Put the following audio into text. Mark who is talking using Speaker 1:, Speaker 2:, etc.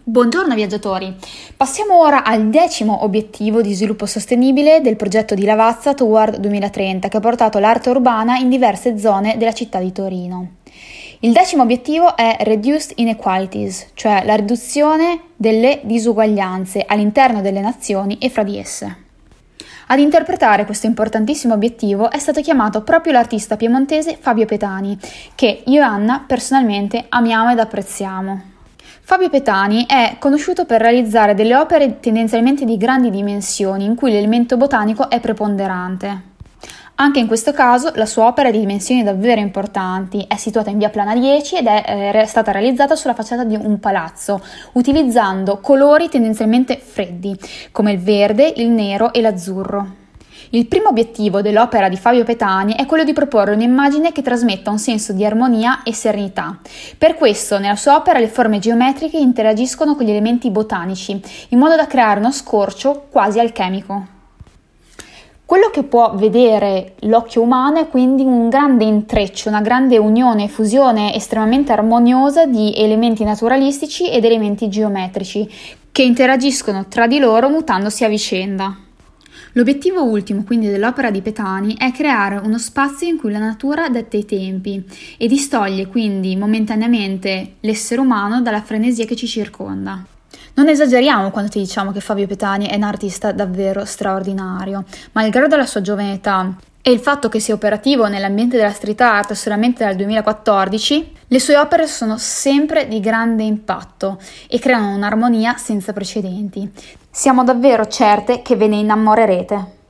Speaker 1: Buongiorno viaggiatori! Passiamo ora al 10° obiettivo di sviluppo sostenibile del progetto di Lavazza Toward 2030 che ha portato l'arte urbana in diverse zone della città di Torino. Il 10° obiettivo è Reduced Inequalities, cioè la riduzione delle disuguaglianze all'interno delle nazioni e fra di esse. Ad interpretare questo importantissimo obiettivo è stato chiamato proprio l'artista piemontese Fabio Petani, che io e Anna personalmente amiamo ed apprezziamo. Fabio Petani è conosciuto per realizzare delle opere tendenzialmente di grandi dimensioni in cui l'elemento botanico è preponderante. Anche in questo caso la sua opera è di dimensioni davvero importanti, è situata in via Plana 10 ed è stata realizzata sulla facciata di un palazzo, utilizzando colori tendenzialmente freddi, come il verde, il nero e l'azzurro. Il primo obiettivo dell'opera di Fabio Petani è quello di proporre un'immagine che trasmetta un senso di armonia e serenità. Per questo, nella sua opera, le forme geometriche interagiscono con gli elementi botanici, in modo da creare uno scorcio quasi alchemico. Quello che può vedere l'occhio umano è quindi un grande intreccio, una grande unione e fusione estremamente armoniosa di elementi naturalistici ed elementi geometrici, che interagiscono tra di loro mutandosi a vicenda. L'obiettivo ultimo, quindi, dell'opera di Petani è creare uno spazio in cui la natura detta i tempi e distoglie quindi momentaneamente l'essere umano dalla frenesia che ci circonda. Non esageriamo quando ti diciamo che Fabio Petani è un artista davvero straordinario, malgrado la sua giovane età e il fatto che sia operativo nell'ambiente della street art solamente dal 2014, le sue opere sono sempre di grande impatto e creano un'armonia senza precedenti. Siamo davvero certe che ve ne innamorerete.